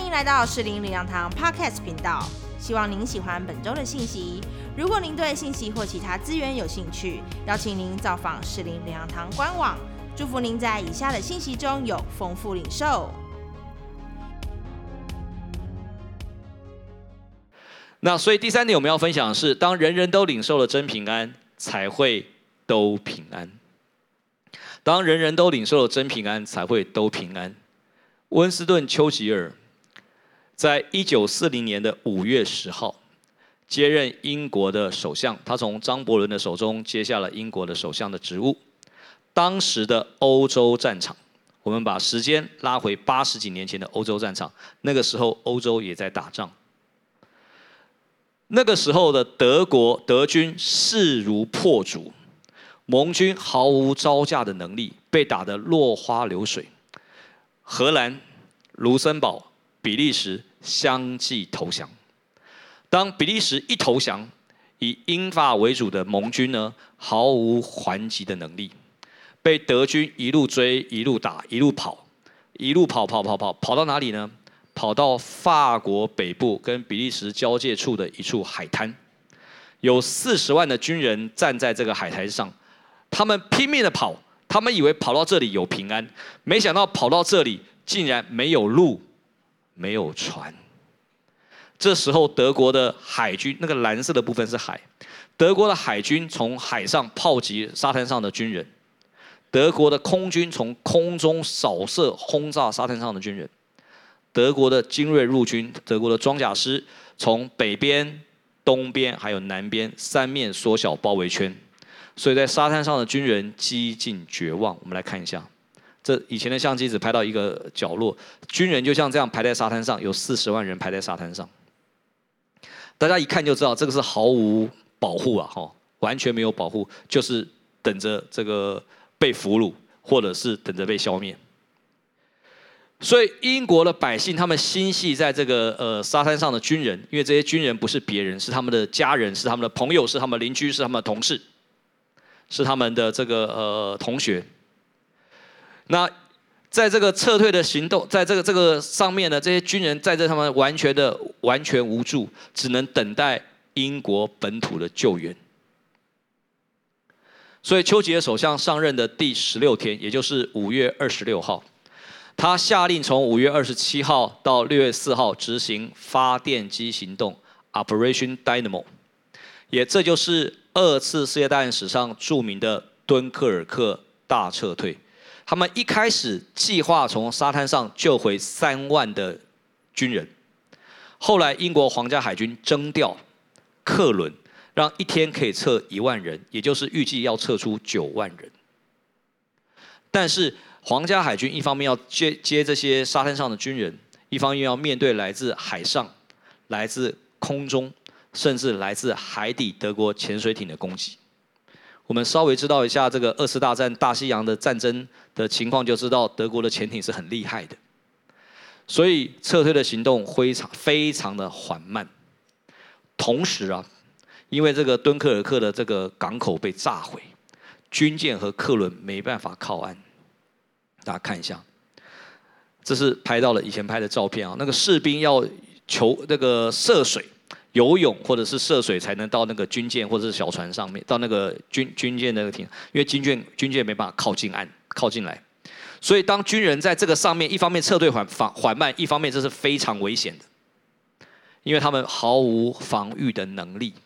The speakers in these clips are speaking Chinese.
迎来到士林领养堂 Podcast 频道，希望您喜欢本周的信息。如果您对信息或其他资源有兴趣，邀请您造访士林领养堂官网。祝福您在以下的信息中有丰富领受。 那所以第三点我们要分享的是，当人人都领受了真平安，才会都平安。当人人都领受了真平安，才会都平安。温斯顿·丘吉尔在1940年的5月10号接任英国的首相，他从张伯伦的手中接下了英国的首相的职务。当时的欧洲战场，我们把时间拉回80几年前的欧洲战场，那个时候欧洲也在打仗。那个时候的德军势如破竹，盟军毫无招架的能力，被打得落花流水。荷兰、卢森堡、比利时相继投降。当比利时一投降，以英法为主的盟军呢，毫无还击的能力，被德军一路追、一路打、一路跑，跑到哪里呢？跑到法国北部跟比利时交界处的一处海滩，有40万的军人站在这个海滩上，他们拼命的跑，他们以为跑到这里有平安，没想到跑到这里竟然没有路，没有船。这时候德国的海军，那个蓝色的部分是海，德国的海军从海上炮击沙滩上的军人，德国的空军从空中扫射轰炸沙滩上的军人。德国的精锐陆军，德国的装甲师从北边、东边还有南边三面缩小包围圈，所以在沙滩上的军人几近绝望。我们来看一下，这以前的相机只拍到一个角落，军人就像这样排在沙滩上，有40万人排在沙滩上。大家一看就知道，这个是毫无保护啊，完全没有保护，就是等着这个被俘虏，或者是等着被消灭。所以英国的百姓，他们心系在这个沙滩上的军人，因为这些军人不是别人，是他们的家人，是他们的朋友，是他们的邻居，是他们的同事，是他们的这个同学。那在这个撤退的行动，在这个上面呢，这些军人在这他们完全无助，只能等待英国本土的救援。所以丘吉尔首相上任的第16天，也就是5月26号。他下令从5月27号到6月4号执行发电机行动 Operation Dynamo， 这就是2次世界大战史上著名的敦刻尔克大撤退。他们一开始计划从沙滩上救回3万的军人，后来英国皇家海军征调客轮，让一天可以撤1万人，也就是预计要撤出9万人。但是皇家海军一方面要接这些沙滩上的军人，一方面要面对来自海上、来自空中，甚至来自海底德国潜水艇的攻击。我们稍微知道一下这个2次大战大西洋的战争的情况，就知道德国的潜艇是很厉害的。所以撤退的行动非常的缓慢。同时啊，因为这个敦刻尔克的这个港口被炸毁，军舰和客轮没办法靠岸。大家看一下，这是拍到了以前拍的照片啊。那个士兵要涉水、游泳或者是涉水才能到那个军舰或者是小船上面，到那个军舰那个艇，因为军舰没办法靠近来，所以当军人在这个上面，一方面撤退缓慢，一方面这是非常危险的，因为他们毫无防御的能力。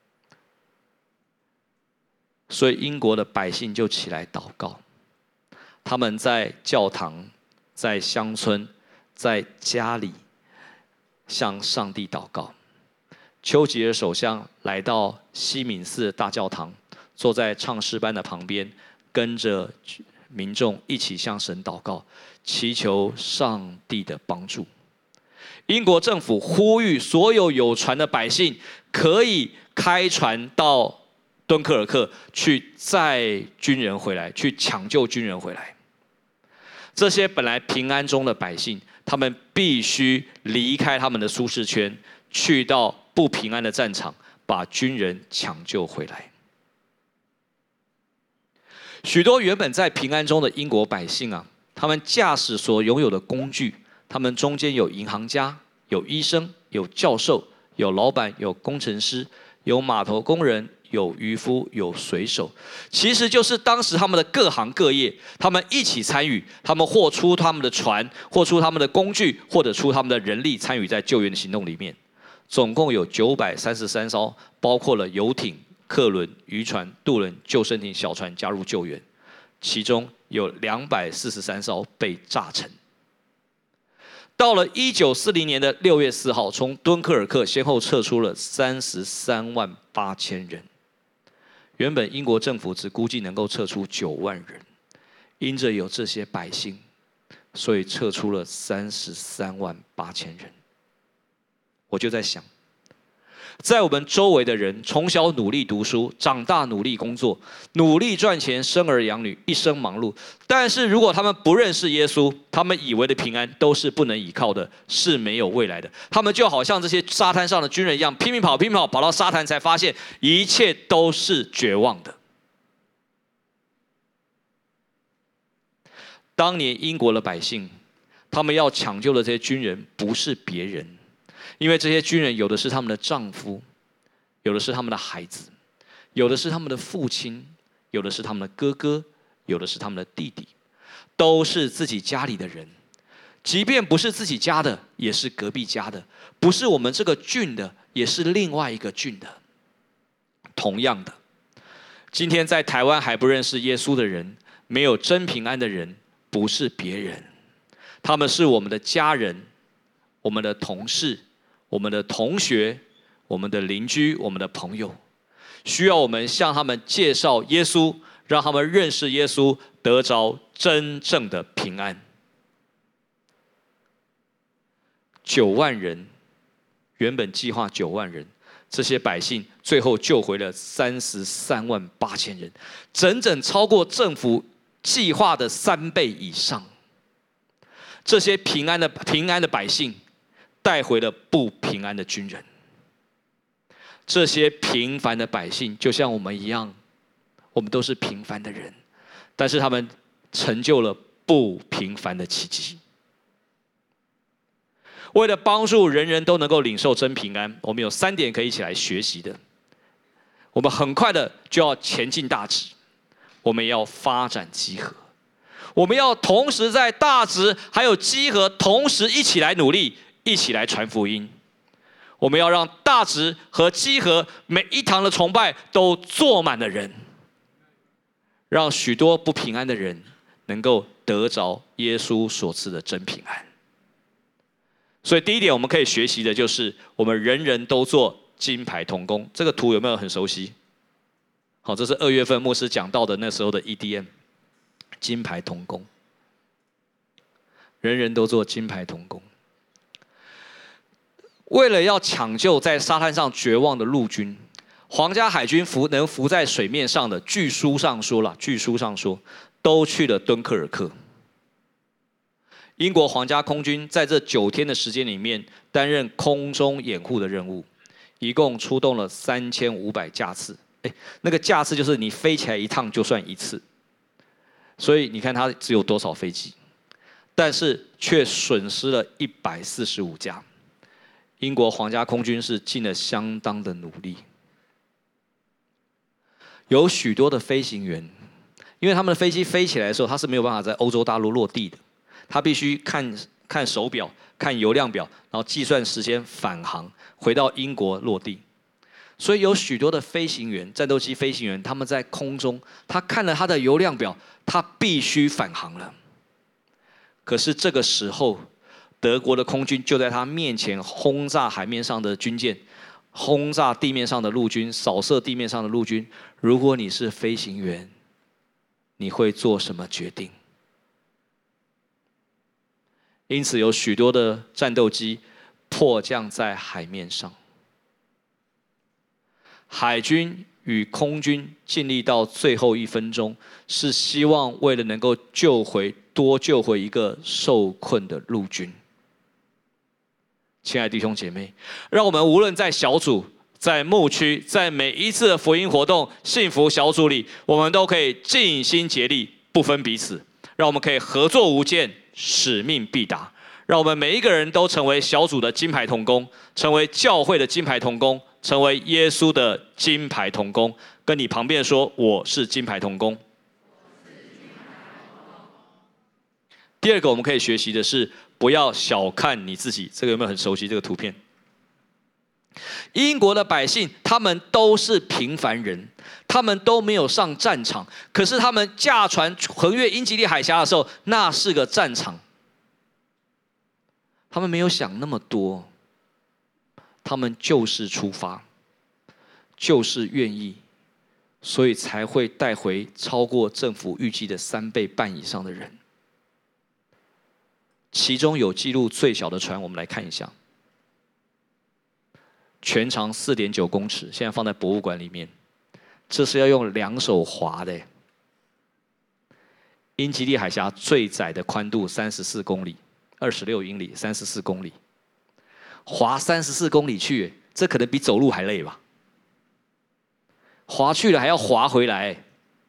所以英国的百姓就起来祷告。他们在教堂、在乡村、在家里向上帝祷告。丘吉尔首相来到西敏寺大教堂，坐在唱诗班的旁边，跟着民众一起向神祷告，祈求上帝的帮助。英国政府呼吁所有有船的百姓可以开船到敦刻尔克去载军人回来，去抢救军人回来。这些本来平安中的百姓，他们必须离开他们的舒适圈，去到不平安的战场，把军人抢救回来。许多原本在平安中的英国百姓啊，他们驾驶所拥有的工具， 他们中间有银行家、有医生、有教授、有老板、有工程师、有码头工人、有渔夫、有水手，其实就是当时他们的各行各业，他们一起参与，他们或出他们的船，或出他们的工具，或者出他们的人力，参与在救援的行动里面。总共有933艘，包括了游艇、客轮、渔船、渡轮、救生艇、小船加入救援，其中有243艘被炸沉。到了1940年的6月4号，从敦刻尔克先后撤出了33万8千人。原本英国政府只估计能够撤出9万人，因着有这些百姓，所以撤出了33万8千人。我就在想，在我们周围的人，从小努力读书，长大努力工作，努力赚钱，生儿养女，一生忙碌。但是如果他们不认识耶稣，他们以为的平安都是不能依靠的，是没有未来的。他们就好像这些沙滩上的军人一样，拼命跑，拼命跑，跑到沙滩才发现一切都是绝望的。当年英国的百姓，他们要抢救的这些军人不是别人，因为这些军人有的是他们的丈夫，有的是他们的孩子，有的是他们的父亲，有的是他们的哥哥，有的是他们的弟弟，都是自己家里的人。即便不是自己家的，也是隔壁家的；不是我们这个郡的，也是另外一个郡的。同样的，今天在台湾还不认识耶稣的人，没有真平安的人，不是别人，他们是我们的家人，我们的同事，我们的同学，我们的邻居，我们的朋友，需要我们向他们介绍耶稣，让他们认识耶稣，得着真正的平安。9万人，原本计划9万人，这些百姓最后救回了33万8千人，整整超过政府计划的3倍以上。这些平安的百姓带回了不平安的军人。这些平凡的百姓就像我们一样，我们都是平凡的人，但是他们成就了不平凡的奇迹。为了帮助人人都能够领受真平安，我们有3点可以一起来学习的。我们很快的就要前进大直，我们也要发展集合，我们要同时在大直还有集合同时一起来努力，一起来传福音。我们要让大直和集合每一堂的崇拜都坐满了人，让许多不平安的人能够得着耶稣所赐的真平安。所以第一点我们可以学习的就是我们人人都做金牌同工。这个图有没有很熟悉？好，这是2月份牧师讲到的那时候的 EDM 金牌同工，人人都做金牌同工。为了要抢救在沙滩上绝望的陆军，皇家海军能浮在水面上的，据书上说，都去了敦刻尔克。英国皇家空军在这9天的时间里面担任空中掩护的任务，一共出动了3500架次。那个架次就是你飞起来一趟就算一次，所以你看它只有多少飞机，但是却损失了145架。英国皇家空军是尽了相当的努力，有许多的飞行员，因为他们的飞机飞起来的时候，他是没有办法在欧洲大陆落地的，他必须看手表、看油量表，然后计算时间返航，回到英国落地。所以有许多的飞行员、战斗机飞行员，他们在空中，他看了他的油量表，他必须返航了。可是这个时候，德国的空军就在他面前轰炸海面上的军舰，轰炸地面上的陆军，扫射地面上的陆军。如果你是飞行员，你会做什么决定？因此，有许多的战斗机迫降在海面上。海军与空军尽力到最后1分钟，是希望为了能够多救回一个受困的陆军。亲爱的弟兄姐妹，让我们无论在小组、在牧区、在每一次的福音活动、幸福小组里，我们都可以尽心竭力，不分彼此，让我们可以合作无间，使命必达。 让我们每一个人都成为小组的金牌同工，成为教会的金牌同工，成为耶稣的金牌同工。跟你旁边说，我是金牌同工。第二个我们可以学习的是，不要小看你自己。这个有没有很熟悉这个图片？英国的百姓，他们都是平凡人，他们都没有上战场，可是他们驾船横越英吉利海峡的时候，那是个战场。他们没有想那么多，他们就是出发，就是愿意，所以才会带回超过政府预计的3倍半以上的人。其中有记录最小的船，我们来看一下。全长4.9公尺，现在放在博物馆里面，这是要用2手划的。英吉利海峡最窄的宽度34公里，26英里，34公里，划34公里去，这可能比走路还累吧？划去了还要划回来。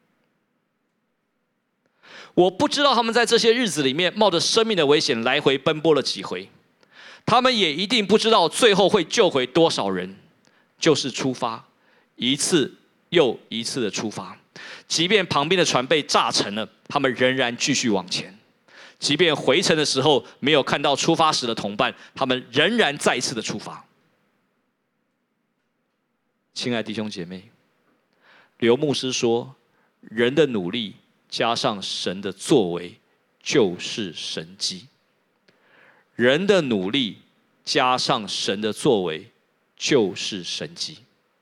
我不知道他们在这些日子里面冒着生命的危险来回奔波了几回。他们也一定不知道最后会救回多少人，就是出发，一次又一次的出发。即便旁边的船被炸沉了，他们仍然继续往前。即便回程的时候没有看到出发时的同伴，他们仍然再一次的出发。亲爱的弟兄姐妹，刘牧师说，人的努力加上神的作为，就是神迹。人的努力加上神的作为，就是神迹。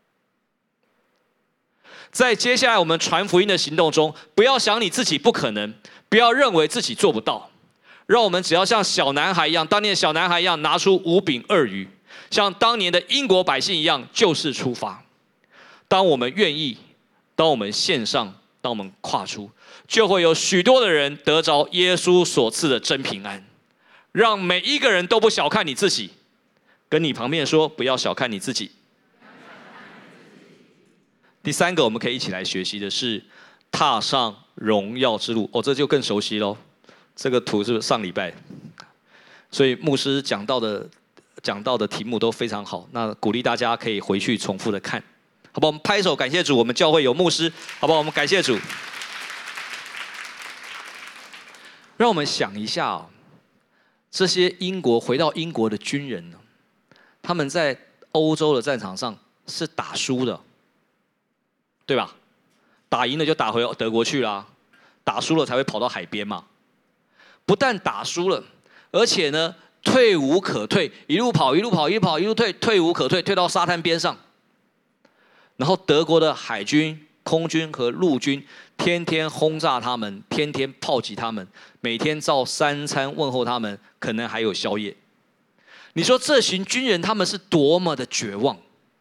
在接下来我们传福音的行动中，不要想你自己不可能，不要认为自己做不到。让我们只要像小男孩一样，当年的小男孩一样，拿出5饼2鱼，像当年的英国百姓一样，就是出发。当我们愿意，当我们献上，当我们跨出，就会有许多的人得着耶稣所赐的真平安。让每一个人都不小看你自己，跟你旁边说，不要小看你自己。第3个我们可以一起来学习的是踏上荣耀之路。这就更熟悉咯。这个图是上礼拜，所以牧师讲到的题目都非常好，那鼓励大家可以回去重复的看，好不好？我们拍手感谢主，我们教会有牧师，好不好？我们感谢主。让我们想一下这些回到英国的军人呢，他们在欧洲的战场上是打输的，对吧？打赢了就打回德国去啦，打输了才会跑到海边嘛。不但打输了，而且呢，退无可退，一路跑，一路跑，一路跑，一路退，退无可退，退到沙滩边上。然后德国的海军、空军和陆军天天轰炸他们，天天炮击他们，每天照3餐问候他们，可能还有宵夜。你说这群军人他们是多么的绝望？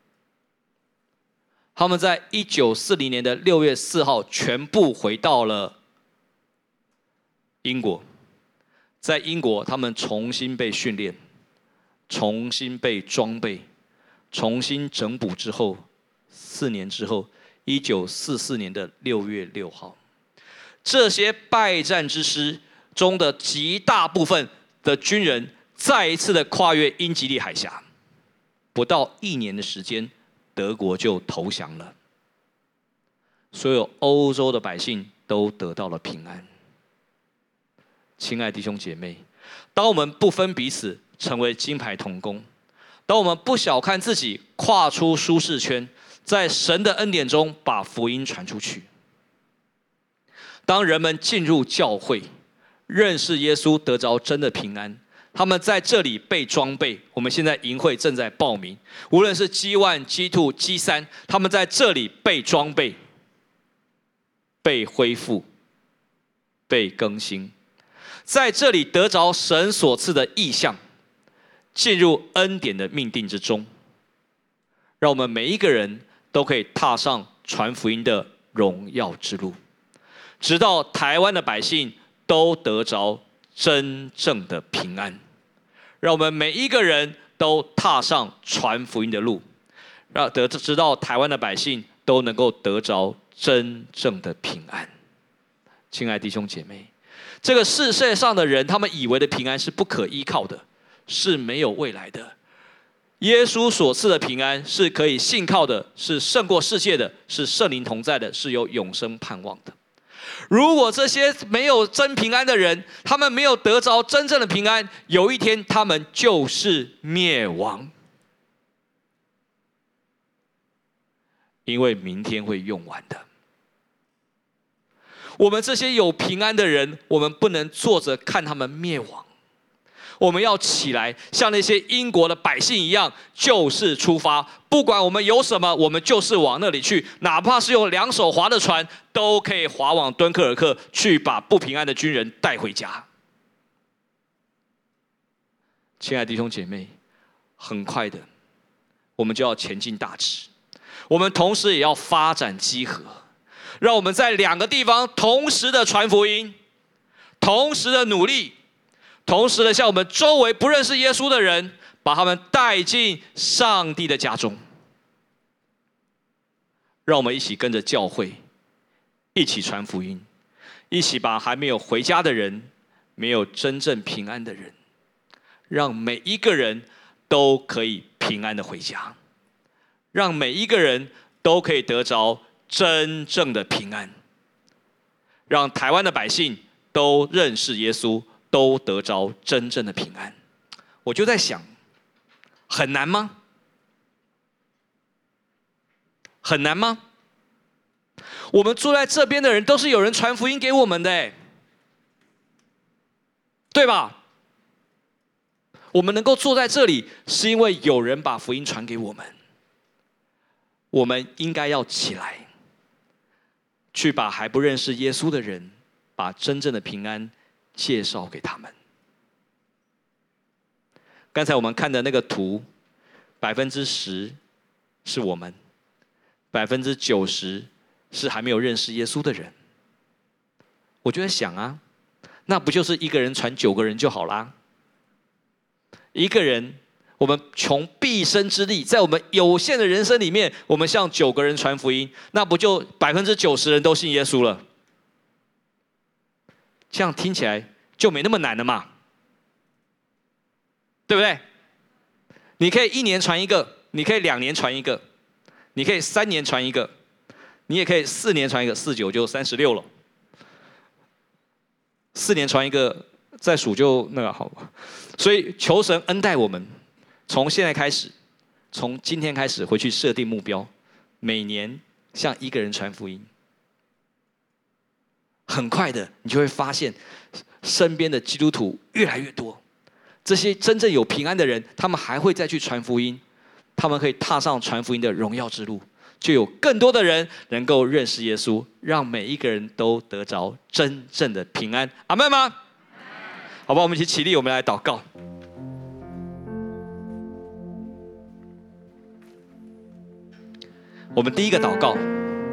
他们在1940年的6月4号全部回到了英国。在英国，他们重新被训练，重新被装备，重新整补之后，4年之后，1944年的6月6号，这些败战之师中的极大部分的军人再一次的跨越英吉利海峡，不到1年的时间，德国就投降了，所有欧洲的百姓都得到了平安。亲爱的弟兄姐妹，当我们不分彼此，成为金牌同工，当我们不小看自己，跨出舒适圈，在神的恩典中把福音传出去，当人们进入教会，认识耶稣，得着真的平安，他们在这里被装备。我们现在营会正在报名，无论是 G1、G2、G3，他们在这里被装备、被恢复、被更新，在这里得着神所赐的意象，进入恩典的命定之中。让我们每一个人都可以踏上传福音的荣耀之路，直到台湾的百姓都得着真正的平安。让我们每一个人都踏上传福音的路，直到台湾的百姓都能够得着真正的平安。亲爱的弟兄姐妹， 这个世界上的人，他们以为的平安是不可依靠的，是没有未来的。耶稣所赐的平安是可以信靠的，是胜过世界的，是圣灵同在的，是有永生盼望的。如果这些没有真平安的人，他们没有得着真正的平安，有一天他们就是灭亡，因为明天会用完的。我们这些有平安的人，我们不能坐着看他们灭亡，我们要起来，像那些英国的百姓一样，就是出发。不管我们有什么，我们就是往那里去，哪怕是用2手划的船，都可以划往敦刻尔克，去把不平安的军人带回家。亲爱的弟兄姐妹，很快的，我们就要前进大致。我们同时也要发展稽核，让我们在2个地方同时的传福音，同时的努力，同时的向我们周围不认识耶稣的人，把他们带进上帝的家中。让我们一起跟着教会，一起传福音，一起把还没有回家的人，没有真正平安的人，让每一个人都可以平安的回家，让每一个人都可以得着真正的平安，让台湾的百姓都认识耶稣，都得着真正的平安。我就在想，很难吗？很难吗？我们坐在这边的人都是有人传福音给我们的，对吧？我们能够坐在这里，是因为有人把福音传给我们。我们应该要起来，去把还不认识耶稣的人，把真正的平安介绍给他们。刚才我们看的那个图，10%是我们，90%是还没有认识耶稣的人。我就在想啊，那不就是一个人传9个人就好啦？一个人，我们穷毕生之力，在我们有限的人生里面，我们向9个人传福音，那不就90%人都信耶稣了？这样听起来就没那么难了嘛，对不对？你可以1年传一个，你可以2年传一个，你可以3年传一个，你也可以4年传一个，4、9就36了。4年传一个，再数就那个好。所以求神恩待我们，从现在开始，从今天开始回去设定目标，每年向1个人传福音。很快的，你就会发现身边的基督徒越来越多。这些真正有平安的人，他们还会再去传福音，他们可以踏上传福音的荣耀之路，就有更多的人能够认识耶稣，让每一个人都得着真正的平安。阿们吗？好吧，我们一起起立，我们来祷告。我们第一个祷告，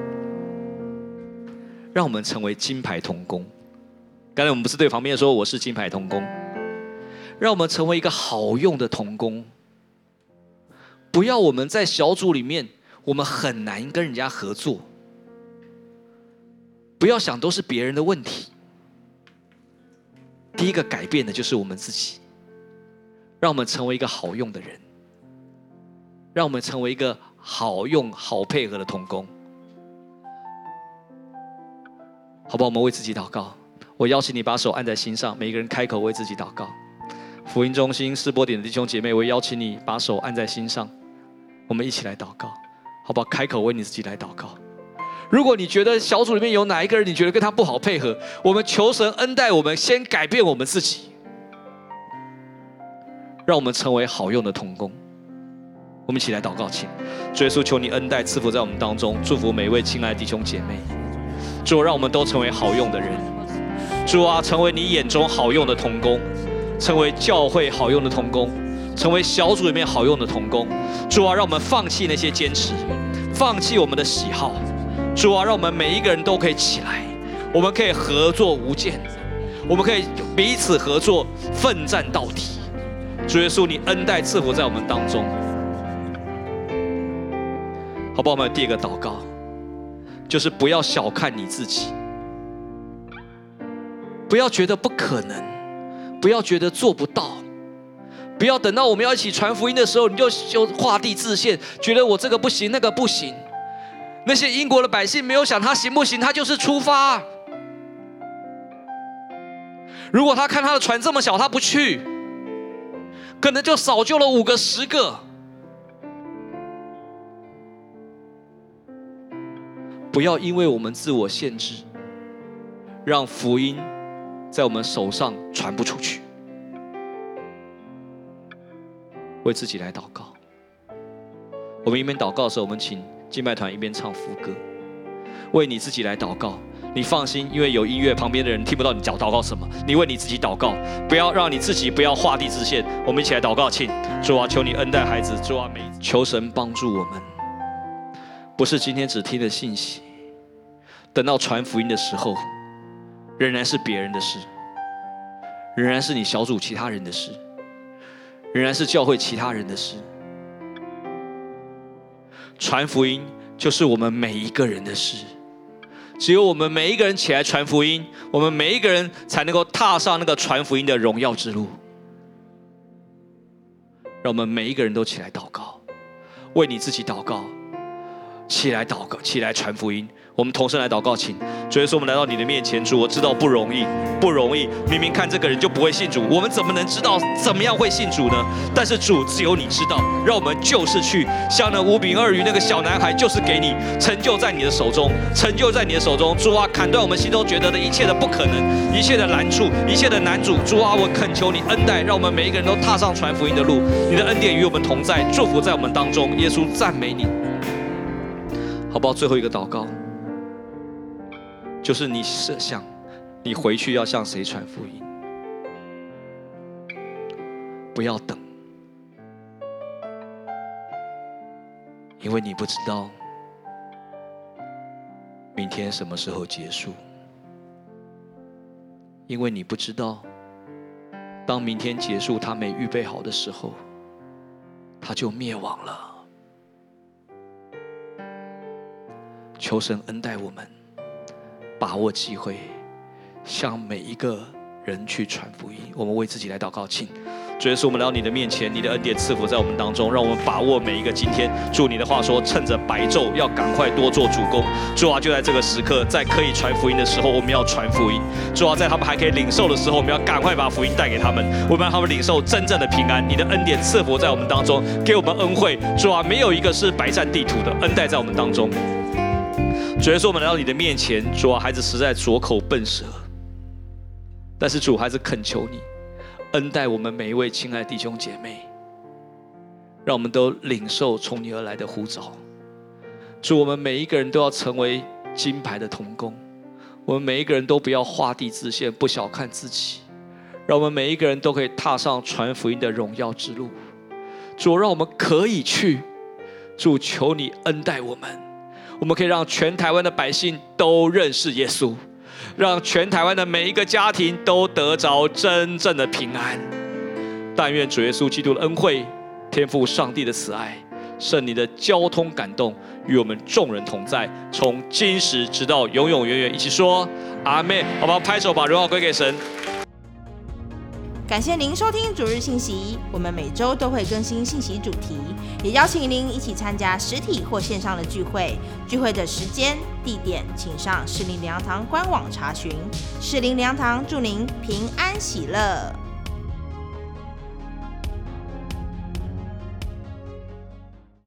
让我们成为金牌同工。刚才我们不是对旁边说我是金牌同工，让我们成为一个好用的同工。不要我们在小组里面，我们很难跟人家合作。不要想都是别人的问题。第一个改变的就是我们自己，让我们成为一个好用的人，让我们成为一个好用、好配合的同工。好吧，我们为自己祷告。我邀请你把手按在心上，每一个人开口为自己祷告。福音中心示播点的弟兄姐妹，我邀请你把手按在心上，我们一起来祷告，好不好？开口为你自己来祷告。如果你觉得小组里面有哪一个人，你觉得跟他不好配合，我们求神恩待我们，先改变我们自己，让我们成为好用的同工。我们一起来祷告，请主耶稣，求你恩待赐福在我们当中，祝福每一位亲爱的弟兄姐妹。主，让我们都成为好用的人。主啊，成为你眼中好用的同工，成为教会好用的同工，成为小组里面好用的同工。主啊，让我们放弃那些坚持，放弃我们的喜好。主啊，让我们每一个人都可以起来，我们可以合作无间，我们可以彼此合作，奋战到底。主耶稣，你恩待赐福在我们当中。好不好？我们第一个祷告，就是不要小看你自己， 不要觉得不可能，不要觉得做不到，不要等到我们要一起传福音的时候，你就画地自限，觉得我这个不行，那个不行。那些英国的百姓没有想他行不行，他就是出发。如果他看他的船这么小，他不去，可能就少救了5个10个。不要因为我们自我限制，让福音在我们手上传不出去。为自己来祷告。我们一边祷告的时候，我们请敬拜团一边唱副歌，为你自己来祷告。你放心，因为有音乐，旁边的人听不到你祷告什么。你为你自己祷告，不要让你自己不要画地自限。我们一起来祷告，请主啊，求你恩待孩子，主啊，求神帮助我们。不是今天只听了信息，等到传福音的时候，仍然是别人的事，仍然是你小组其他人的事，仍然是教会其他人的事。传福音就是我们每一个人的事。只有我们每一个人起来传福音，我们每一个人才能够踏上那个传福音的荣耀之路。让我们每一个人都起来祷告，为你自己祷告，起来祷告，起来传福音。我们同声来祷告，请主耶稣，我们来到你的面前，主，我知道不容易，不容易。明明看这个人就不会信主，我们怎么能知道怎么样会信主呢？但是主，只有你知道，让我们就是去，像那5饼2鱼那个小男孩，就是给你成就在你的手中，成就在你的手中。主啊，砍断我们心中觉得的一切的不可能，一切的难处，一切的难阻。主啊，我恳求你恩待，让我们每一个人都踏上传福音的路。你的恩典与我们同在，祝福在我们当中。耶稣，赞美你，好不好？最后一个祷告。就是你设想，你回去要向谁传福音？不要等，因为你不知道明天什么时候结束，因为你不知道当明天结束他没预备好的时候，他就灭亡了。求神恩待我们，把握机会，向每一个人去传福音。我们为自己来祷告，请主耶稣，我们来到你的面前，你的恩典赐福在我们当中，让我们把握每一个今天。主，你的话说，趁着白昼要赶快多做主工。主啊，就在这个时刻，在可以传福音的时候，我们要传福音。主啊，在他们还可以领受的时候，我们要赶快把福音带给他们，我们让他们领受真正的平安。你的恩典赐福在我们当中，给我们恩惠。主啊，没有一个是白占地土的，恩待在我们当中。主耶稣，我们来到你的面前，主啊，孩子实在拙口笨舌，但是主，孩子恳求你恩待我们每一位亲爱的弟兄姐妹，让我们都领受从你而来的呼召。主，我们每一个人都要成为金牌的同工，我们每一个人都不要画地自限，不小看自己，让我们每一个人都可以踏上传福音的荣耀之路。主，让我们可以去，主，求你恩待我们，我们可以让全台湾的百姓都认识耶稣，让全台湾的每一个家庭都得着真正的平安。但愿主耶稣基督的恩惠、天父上帝的慈爱、圣灵的交通感动与我们众人同在，从今时直到永永远远。一起说阿们，好不好？拍手，把荣耀归给神。 感谢您收听主日信息，我们每周都会更新信息主题，也邀请您一起参加实体或线上的聚会。聚会的时间、地点，请上士林灵粮堂官网查询。士林灵粮堂祝您平安喜乐。